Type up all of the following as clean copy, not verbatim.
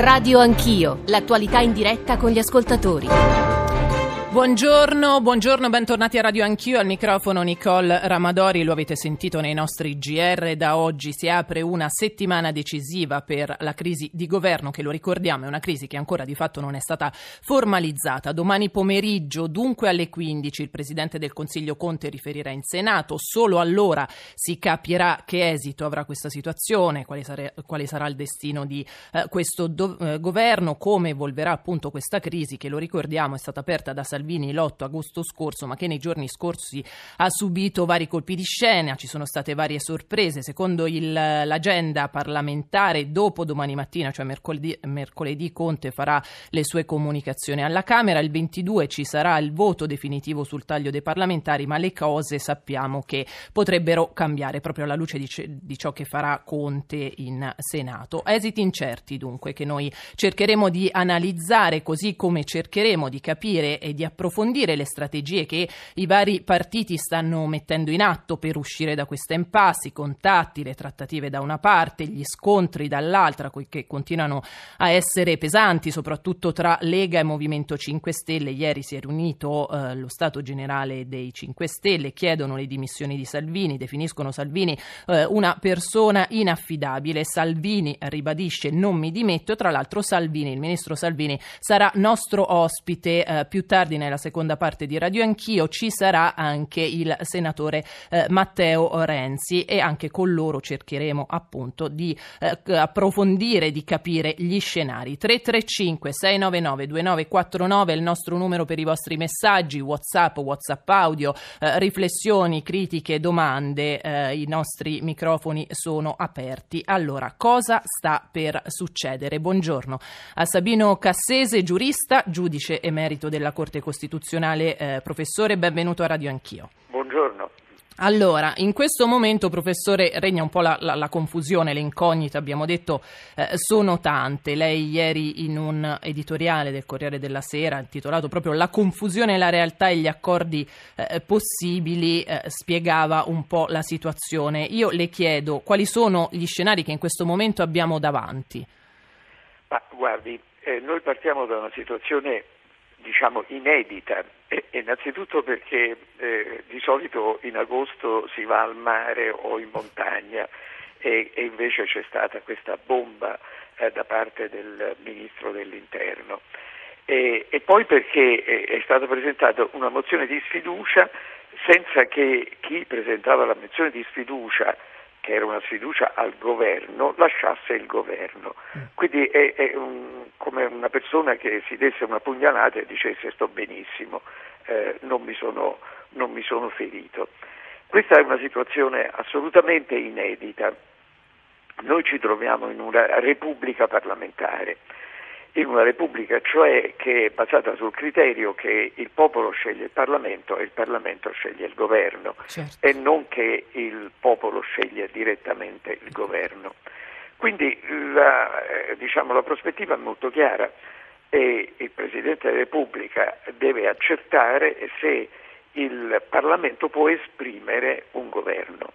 Radio Anch'io, l'attualità in diretta con gli ascoltatori. Buongiorno, bentornati a Radio Anch'io, al microfono Nicole Ramadori, lo avete sentito nei nostri GR, da oggi si apre una settimana decisiva per la crisi di governo, che lo ricordiamo è una crisi che ancora di fatto non è stata formalizzata. Domani pomeriggio, dunque alle 15, il Presidente del Consiglio Conte riferirà in Senato, solo allora si capirà che esito avrà questa situazione, quale sarà il destino di questo governo, come evolverà appunto questa crisi che, lo ricordiamo, è stata aperta da Salvini l'8 agosto scorso, ma che nei giorni scorsi ha subito vari colpi di scena, ci sono state varie sorprese. Secondo l'agenda parlamentare, dopo domani mattina, cioè mercoledì, Conte farà le sue comunicazioni alla Camera, il 22 ci sarà il voto definitivo sul taglio dei parlamentari, ma le cose sappiamo che potrebbero cambiare proprio alla luce di ciò che farà Conte in Senato. Esiti incerti dunque, che noi cercheremo di analizzare, così come cercheremo di capire e di approfondire le strategie che i vari partiti stanno mettendo in atto per uscire da questa impasse, i contatti, le trattative da una parte, gli scontri dall'altra, che continuano a essere pesanti, soprattutto tra Lega e Movimento 5 Stelle. Ieri si è riunito lo Stato Generale dei 5 Stelle, chiedono le dimissioni di Salvini, definiscono Salvini una persona inaffidabile. Salvini ribadisce: non mi dimetto. Tra l'altro il ministro Salvini sarà nostro ospite più tardi nella seconda parte di Radio Anch'io. Ci sarà anche il senatore Matteo Renzi, e anche con loro cercheremo appunto di approfondire, di capire gli scenari. 335 699 2949 è il nostro numero per i vostri messaggi, WhatsApp audio, riflessioni, critiche, domande. I nostri microfoni sono aperti. Allora, cosa sta per succedere? Buongiorno a Sabino Cassese, giurista, giudice emerito della Corte Costituzionale. Professore, benvenuto a Radio Anch'io. Buongiorno. Allora, in questo momento, professore, regna un po' la confusione, le incognite, abbiamo detto, sono tante. Lei ieri in un editoriale del Corriere della Sera, intitolato proprio "La confusione, la realtà e gli accordi possibili", spiegava un po' la situazione. Io le chiedo quali sono gli scenari che in questo momento abbiamo davanti. Ma guardi, noi partiamo da una situazione inedita, innanzitutto perché di solito in agosto si va al mare o in montagna e invece c'è stata questa bomba da parte del Ministro dell'Interno, e poi perché è stata presentata una mozione di sfiducia senza che chi presentava la mozione di sfiducia, che era una sfiducia al governo, lasciasse il governo. Quindi è come una persona che si desse una pugnalata e dicesse: sto benissimo, non mi sono ferito. Questa è una situazione assolutamente inedita. Noi ci troviamo in una repubblica parlamentare, in una repubblica cioè che è basata sul criterio che il popolo sceglie il Parlamento e il Parlamento sceglie il governo, certo, e non che il popolo sceglie direttamente il governo. Quindi la prospettiva è molto chiara e il Presidente della Repubblica deve accertare se il Parlamento può esprimere un governo.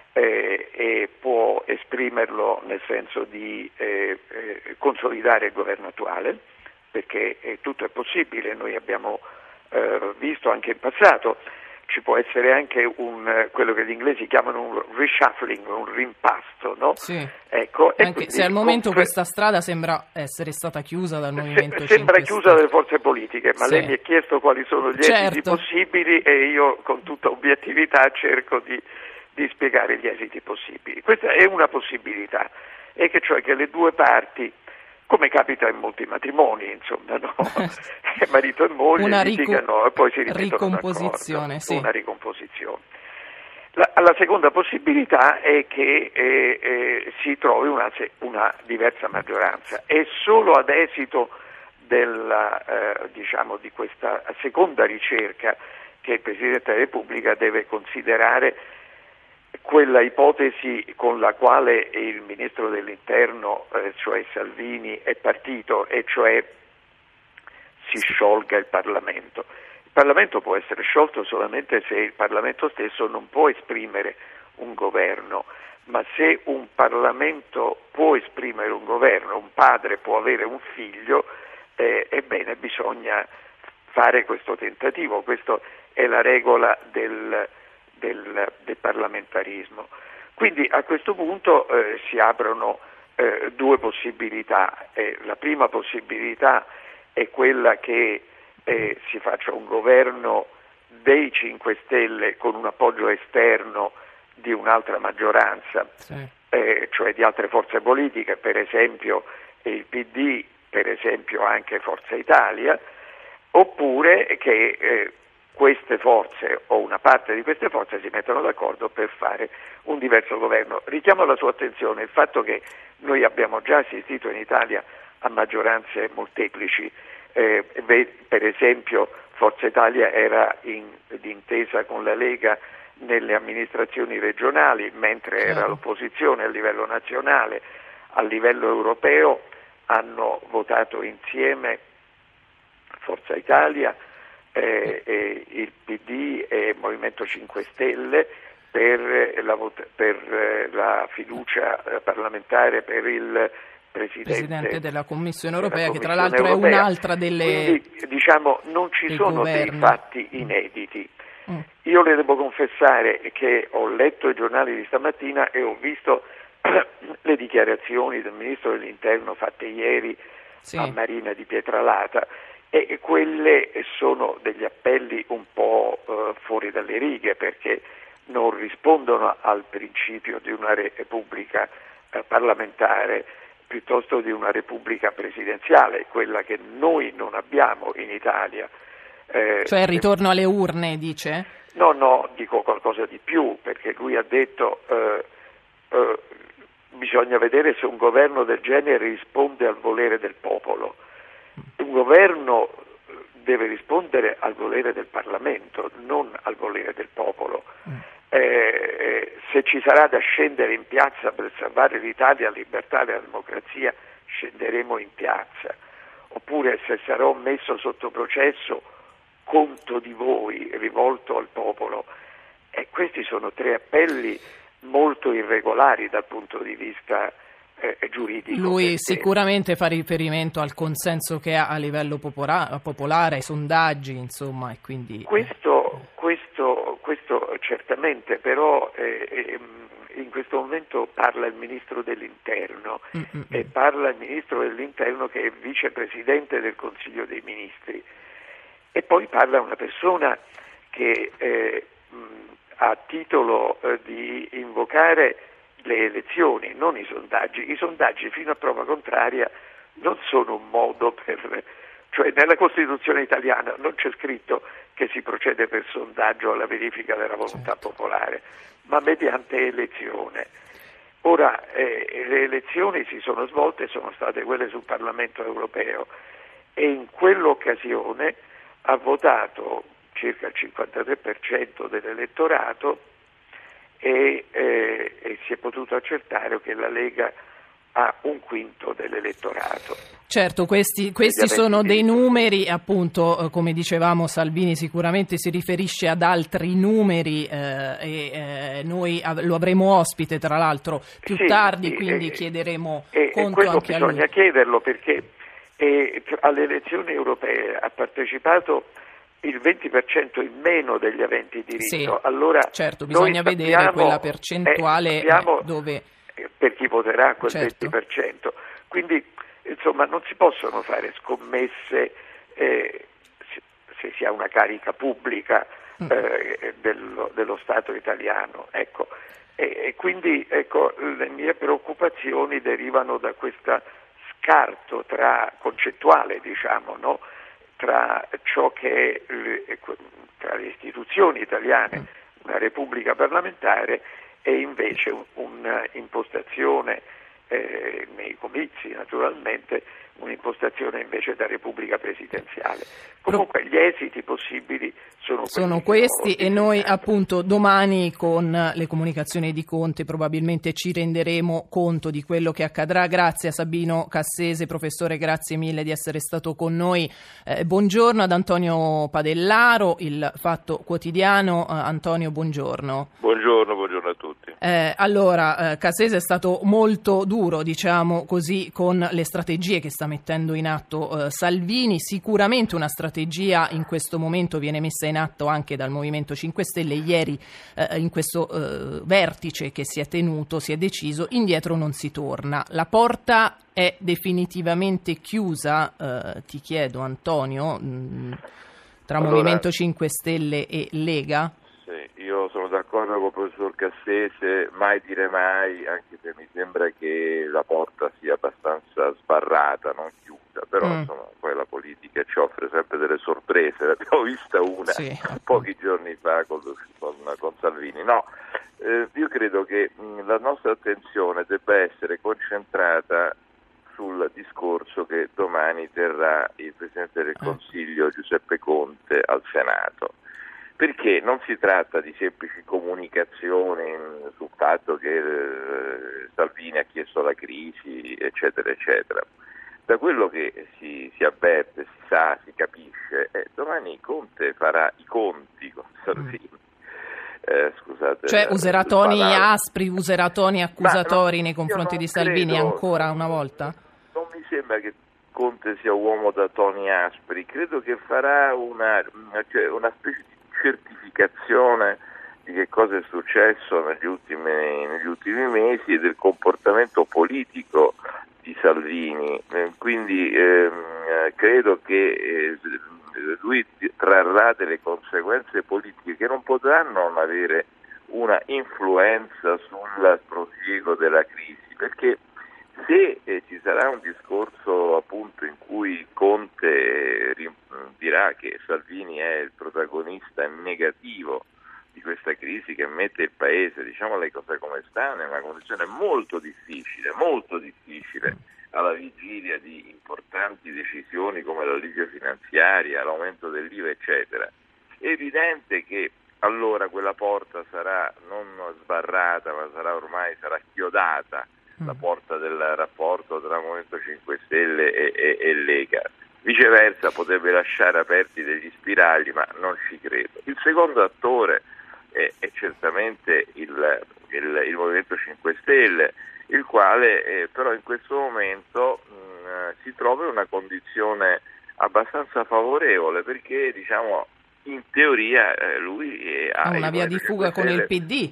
E può esprimerlo nel senso di consolidare il governo attuale, perché tutto è possibile. Noi abbiamo visto anche in passato, ci può essere anche quello che gli inglesi chiamano un reshuffling, un rimpasto, no? Sì. Ecco, anche se al momento questa strada sembra essere stata chiusa dal Movimento 5 Stelle. Sembra chiusa dalle forze politiche, ma sì, lei mi ha chiesto quali sono gli esiti possibili e io con tutta obiettività cerco di spiegare gli esiti possibili. Questa è una possibilità, e cioè che le due parti, come capita in molti matrimoni, insomma, no? Marito e moglie litigano e poi si rimettono d'accordo, sì, una ricomposizione. La seconda possibilità è che si trovi una diversa maggioranza, e solo ad esito di questa seconda ricerca che il Presidente della Repubblica deve considerare quella ipotesi con la quale il Ministro dell'Interno, cioè Salvini, è partito, e cioè si sciolga il Parlamento. Il Parlamento può essere sciolto solamente se il Parlamento stesso non può esprimere un governo, ma se un Parlamento può esprimere un governo, un padre può avere un figlio, ebbene bisogna fare questo tentativo. Questa è la regola del parlamentarismo. Quindi a questo punto si aprono due possibilità. La prima possibilità è quella che si faccia un governo dei 5 Stelle con un appoggio esterno di un'altra maggioranza, sì. Cioè di altre forze politiche, per esempio il PD, per esempio anche Forza Italia, oppure che queste forze o una parte di queste forze si mettono d'accordo per fare un diverso governo. Richiamo la sua attenzione il fatto che noi abbiamo già assistito in Italia a maggioranze molteplici, per esempio Forza Italia era d'intesa con la Lega nelle amministrazioni regionali, mentre era l'opposizione a livello nazionale. A livello europeo hanno votato insieme Forza Italia, il PD e il Movimento 5 Stelle per la fiducia parlamentare per il Presidente della Commissione europea, che tra l'altro è un'altra delle... Quindi diciamo non ci sono dei fatti inediti. Io le devo confessare che ho letto i giornali di stamattina e ho visto le dichiarazioni del Ministro dell'Interno fatte ieri a Marina di Pietralata, e quelle sono degli appelli un po' fuori dalle righe, perché non rispondono al principio di una repubblica parlamentare, piuttosto di una repubblica presidenziale, quella che noi non abbiamo in Italia. Cioè il ritorno alle urne, dice? No, dico qualcosa di più, perché lui ha detto bisogna vedere se un governo del genere risponde al volere del popolo. Un governo deve rispondere al volere del Parlamento, non al volere del popolo. Se ci sarà da scendere in piazza per salvare l'Italia, la libertà e la democrazia, scenderemo in piazza. Oppure se sarò messo sotto processo, conto di voi, rivolto al popolo. Questi sono 3 appelli molto irregolari dal punto di vista giuridico. Lui sicuramente fa riferimento al consenso che ha a livello popolare, ai sondaggi, insomma, e quindi... Questo certamente, però in questo momento parla il Ministro dell'Interno e parla il Ministro dell'Interno che è vicepresidente del Consiglio dei Ministri, e poi parla una persona che ha titolo di invocare le elezioni, non i sondaggi. I sondaggi, fino a prova contraria, non sono un modo cioè nella Costituzione italiana non c'è scritto che si procede per sondaggio alla verifica della volontà popolare, ma mediante elezione. Ora, le elezioni si sono svolte, sono state quelle sul Parlamento europeo, e in quell'occasione ha votato circa il 53% dell'elettorato e si è potuto accertare che la Lega ha 1/5 dell'elettorato. Certo, questi sono dei numeri, appunto, come dicevamo, Salvini sicuramente si riferisce ad altri numeri e noi lo avremo ospite tra l'altro più tardi, quindi chiederemo conto anche a lui. Bisogna chiederlo, perché alle elezioni europee ha partecipato il 20% in meno degli aventi diritto. Allora, certo, bisogna vedere quella percentuale dove... per chi voterà quel 20%. Quindi, insomma, non si possono fare scommesse se si ha una carica pubblica dello Stato italiano. Ecco. E quindi le mie preoccupazioni derivano da questo scarto concettuale, diciamo, no? Tra ciò che è tra le istituzioni italiane, una repubblica parlamentare, e invece un'impostazione nei comizi, naturalmente, un'impostazione invece da repubblica presidenziale. Comunque gli esiti possibili sono questi, e noi appunto domani con le comunicazioni di Conte probabilmente ci renderemo conto di quello che accadrà. Grazie a Sabino Cassese, professore, grazie mille di essere stato con noi. Buongiorno ad Antonio Padellaro, Il Fatto Quotidiano. Antonio, buongiorno. Buongiorno a tutti. Cassese è stato molto duro, diciamo così, con le strategie che sta mettendo in atto Salvini. Sicuramente una strategia in questo momento viene messa in atto anche dal Movimento 5 Stelle. Ieri in questo vertice che si è tenuto si è deciso: indietro non si torna. La porta è definitivamente chiusa, ti chiedo Antonio, tra Movimento 5 Stelle e Lega? Io sono d'accordo con il professor Cassese, mai dire mai, anche se mi sembra che la porta sia abbastanza sbarrata, non chiusa, però insomma poi la politica ci offre sempre delle sorprese, l'abbiamo vista una pochi giorni fa con Salvini. No, io credo che la nostra attenzione debba essere concentrata sul discorso che domani terrà il Presidente del Consiglio Giuseppe Conte al Senato. Perché non si tratta di semplici comunicazioni sul fatto che Salvini ha chiesto la crisi, eccetera, eccetera. Da quello che si avverte, si sa, si capisce, domani Conte farà i conti con Salvini. Scusate. Cioè userà toni aspri, userà toni accusatori nei confronti di Salvini ancora una volta? Non mi sembra che Conte sia uomo da toni aspri, credo che farà una specie di certificazione di che cosa è successo negli ultimi mesi e del comportamento politico di Salvini, quindi credo che lui trarrà delle conseguenze politiche che non potranno non avere una influenza sul prosieguo della crisi, perché se ci sarà un discorso appunto in cui Conte dirà che Salvini è il protagonista negativo di questa crisi che mette il Paese, diciamo le cose come stanno, in una condizione molto difficile alla vigilia di importanti decisioni come la legge finanziaria, l'aumento dell'IVA, eccetera, è evidente che allora quella porta sarà non sbarrata, ma sarà chiodata, la porta del rapporto tra Movimento 5 Stelle e Lega. Viceversa potrebbe lasciare aperti degli spiragli, ma non ci credo. Il secondo attore è certamente il Movimento 5 Stelle, il quale però in questo momento si trova in una condizione abbastanza favorevole, perché diciamo in teoria lui ha una via di fuga con il PD.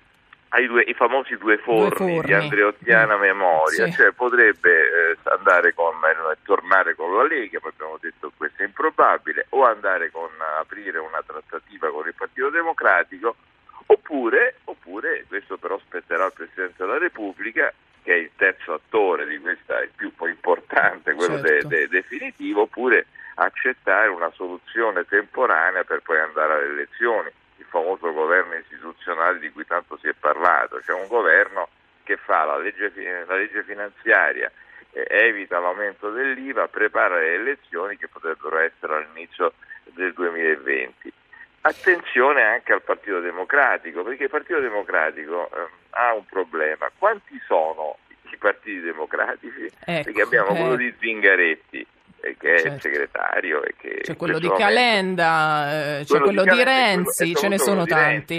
I famosi due forni di andreottiana memoria, cioè potrebbe tornare con la Lega, poi abbiamo detto che questo è improbabile, o aprire una trattativa con il Partito Democratico, oppure questo però spetterà al Presidente della Repubblica, che è il terzo attore di questa, il più importante, quello definitivo, oppure accettare una soluzione temporanea per poi andare alle elezioni. Il famoso governo istituzionale di cui tanto si è parlato, cioè un governo che fa la legge finanziaria, evita l'aumento dell'IVA, prepara le elezioni che potrebbero essere all'inizio del 2020. Attenzione anche al Partito Democratico, perché il Partito Democratico ha un problema. Quanti sono i partiti democratici? Perché abbiamo quello di Zingaretti, che è il segretario, e che c'è quello di Calenda, c'è quello di Renzi, ce ne sono tanti.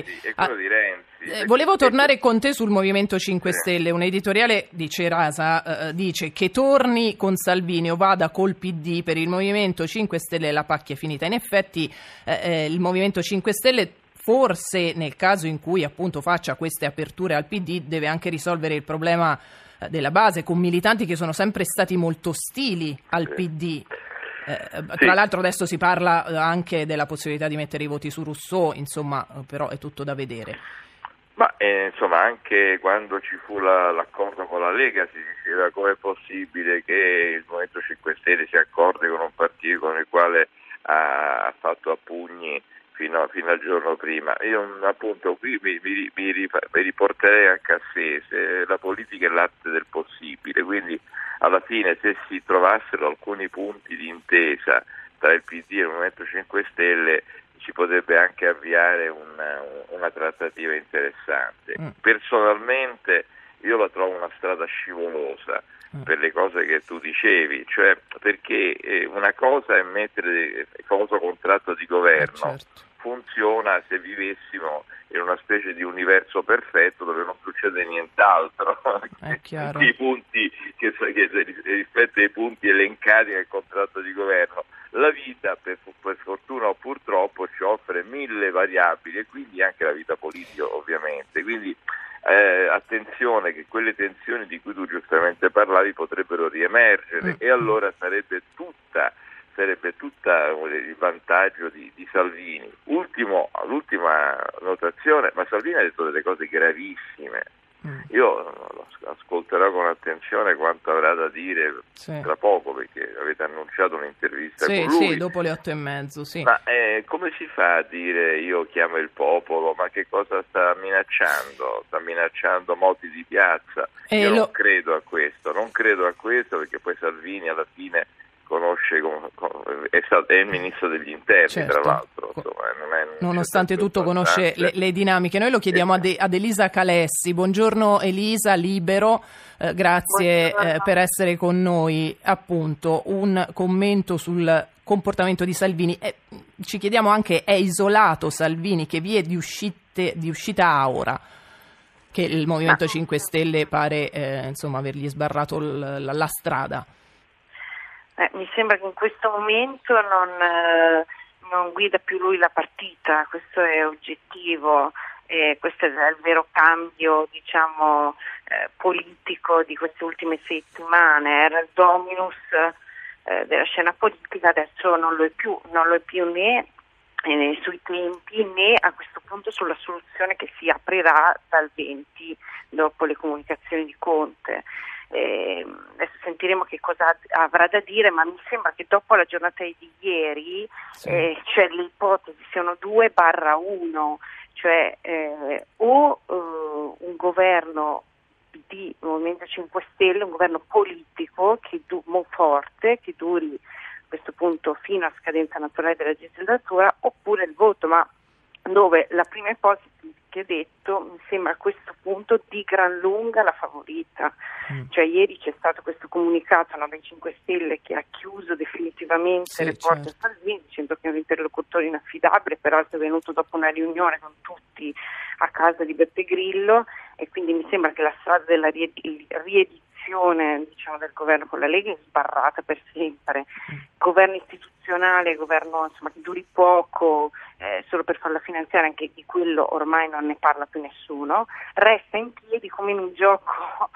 Volevo tornare con te sul Movimento 5 Stelle. Un editoriale di Cerasa dice che torni con Salvini o vada col PD. Per il Movimento 5 Stelle la pacchia è finita. In effetti il Movimento 5 Stelle, forse nel caso in cui appunto faccia queste aperture al PD, deve anche risolvere il problema della base, con militanti che sono sempre stati molto ostili al PD. Tra l'altro adesso si parla anche della possibilità di mettere i voti su Rousseau, insomma, però è tutto da vedere. Ma insomma, anche quando ci fu l'accordo con la Lega si diceva com'è possibile che il Movimento 5 Stelle si accorde con un partito con il quale ha fatto a pugni fino al giorno prima. Io appunto qui mi riporterei a Cassese: la politica è l'arte del possibile, quindi alla fine se si trovassero alcuni punti di intesa tra il PD e il Movimento 5 Stelle si potrebbe anche avviare una trattativa interessante. Personalmente io la trovo una strada scivolosa per le cose che tu dicevi, cioè perché una cosa è mettere il famoso contratto di governo, certo. Funziona se vivessimo in una specie di universo perfetto dove non succede nient'altro. È chiaro. I punti rispetto ai punti elencati nel contratto di governo, la vita per fortuna o purtroppo ci offre 1000 variabili e quindi anche la vita politica ovviamente, quindi attenzione che quelle tensioni di cui tu giustamente parlavi potrebbero riemergere e allora sarebbe tutta il vantaggio di Salvini. L'ultima notazione, ma Salvini ha detto delle cose gravissime. Io ascolterò con attenzione quanto avrà da dire tra poco, perché avete annunciato un'intervista con lui. Sì, dopo le 8:30, sì. Ma come si fa a dire io chiamo il popolo? Ma che cosa sta minacciando? Sta minacciando moti di piazza? Io non credo a questo perché poi Salvini alla fine conosce è il ministro degli interni, certo. Tra l'altro insomma, nonostante tutto conosce le dinamiche. Noi lo chiediamo ad Elisa Calessi. Buongiorno Elisa, Libero, grazie per essere con noi. Appunto un commento sul comportamento di Salvini. Ci chiediamo anche, è isolato Salvini? Che vie di uscita ha ora? Che il Movimento 5 Stelle pare avergli sbarrato la strada. Mi sembra che in questo momento non guida più lui la partita, questo è oggettivo, questo è il vero cambio, politico di queste ultime settimane. Era il dominus della scena politica, adesso non lo è più né sui tempi né a questo punto sulla soluzione che si aprirà dal 20 dopo le comunicazioni di Conte. Adesso sentiremo che cosa avrà da dire, ma mi sembra che dopo la giornata di ieri cioè le ipotesi siano 2/1, cioè o un governo di Movimento 5 Stelle, un governo politico forte che duri a questo punto fino a scadenza naturale della legislatura, oppure il voto, ma dove la prima ipotesi che ho detto mi sembra a questo punto di gran lunga la favorita. Cioè ieri c'è stato questo comunicato dei 5 Stelle che ha chiuso definitivamente le porte a Salvini, dicendo che è un interlocutore inaffidabile, peraltro è venuto dopo una riunione con tutti a casa di Beppe Grillo, e quindi mi sembra che la strada della riedizione del governo con la Lega è sbarrata per sempre. Governo istituzionale, governo che duri poco, solo per farla finanziare, anche di quello ormai non ne parla più nessuno, resta in piedi come in un gioco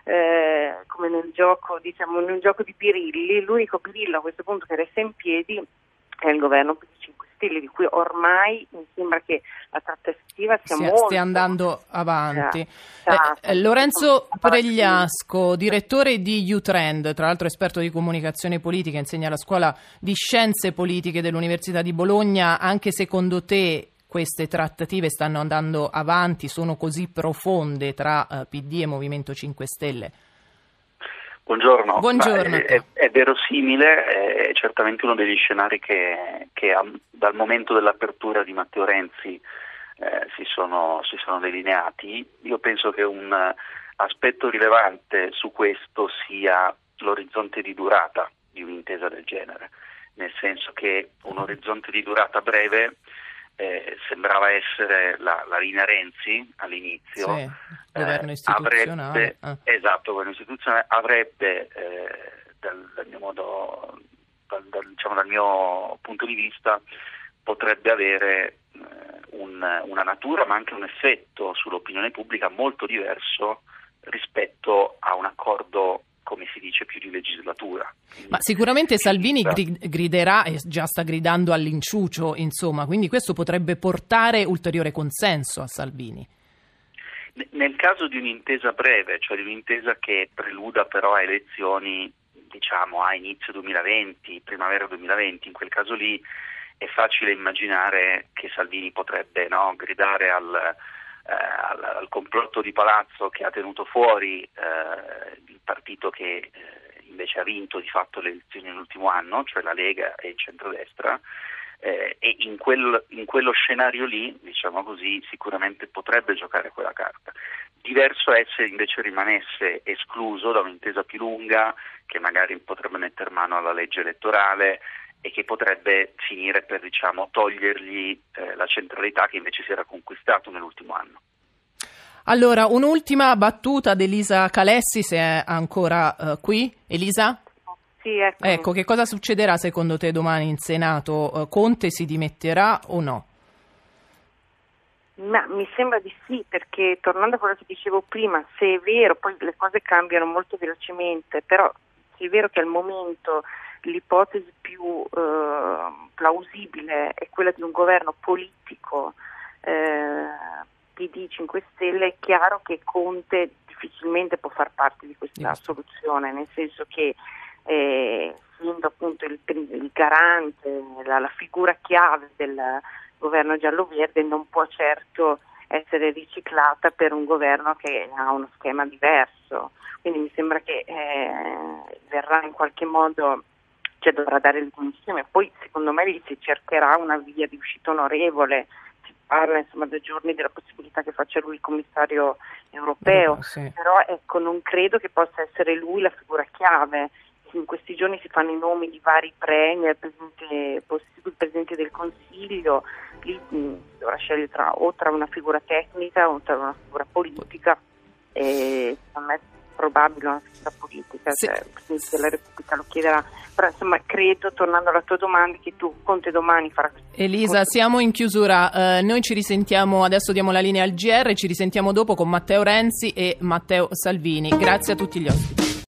in un gioco di birilli. L'unico birillo a questo punto che resta in piedi è il governo 5 Stelle, di cui ormai mi sembra che la trattativa stia andando avanti. Lorenzo Pregliasco, direttore di U-Trend, tra l'altro esperto di comunicazione politica, insegna alla Scuola di Scienze Politiche dell'Università di Bologna. Anche secondo te queste trattative stanno andando avanti, sono così profonde tra PD e Movimento 5 Stelle? Buongiorno. È verosimile, è certamente uno degli scenari che dal momento dell'apertura di Matteo Renzi si sono delineati. Io penso che un aspetto rilevante su questo sia l'orizzonte di durata di un'intesa del genere, nel senso che un orizzonte di durata breve sembrava essere la linea Renzi all'inizio, governo istituzionale. Governo istituzionale avrebbe dal mio punto di vista potrebbe avere una natura ma anche un effetto sull'opinione pubblica molto diverso rispetto a un accordo, come si dice, più di legislatura. Ma sicuramente Salvini griderà, e già sta gridando, all'inciucio, insomma, quindi questo potrebbe portare ulteriore consenso a Salvini. Nel caso di un'intesa breve, cioè di un'intesa che preluda però a elezioni, a inizio 2020, primavera 2020, in quel caso lì è facile immaginare che Salvini potrebbe gridare al complotto di palazzo che ha tenuto fuori il partito che invece ha vinto di fatto le elezioni nell'ultimo anno, cioè la Lega e il centrodestra, e in quello scenario lì, diciamo così, sicuramente potrebbe giocare quella carta. Diverso è se invece rimanesse escluso da un'intesa più lunga, che magari potrebbe mettere mano alla legge elettorale e che potrebbe finire per, diciamo, togliergli la centralità che invece si era conquistato nell'ultimo anno. Allora, un'ultima battuta ad Elisa Calessi, se è ancora qui. Elisa? Sì, ecco. Ecco, che cosa succederà secondo te domani in Senato? Conte si dimetterà o no? Ma mi sembra di sì, perché tornando a quello che dicevo prima, se è vero, poi le cose cambiano molto velocemente, però se è vero che al momento l'ipotesi più plausibile è quella di un governo politico PD 5 Stelle, è chiaro che Conte difficilmente può far parte di questa soluzione, nel senso che essendo appunto il garante, la figura chiave del governo giallo-verde, non può certo essere riciclata per un governo che ha uno schema diverso, quindi mi sembra che verrà in qualche modo, cioè dovrà dare le dimissioni, poi secondo me lì si cercherà una via di uscita onorevole. Si parla insomma da giorni della possibilità che faccia lui il commissario europeo, sì. Però ecco, non credo che possa essere lui la figura chiave. In questi giorni si fanno i nomi di vari premier, possibili presidenti del Consiglio, lì dovrà scegliere tra una figura tecnica o tra una figura politica, e secondo me è probabile una figura politica, sì. Cioè il Presidente della Repubblica lo chiederà, però insomma credo, tornando alla tua domanda, che tu Conte domani farà questo. Elisa, siamo in chiusura, noi ci risentiamo, adesso diamo la linea al GR, ci risentiamo dopo con Matteo Renzi e Matteo Salvini. Grazie a tutti gli ospiti.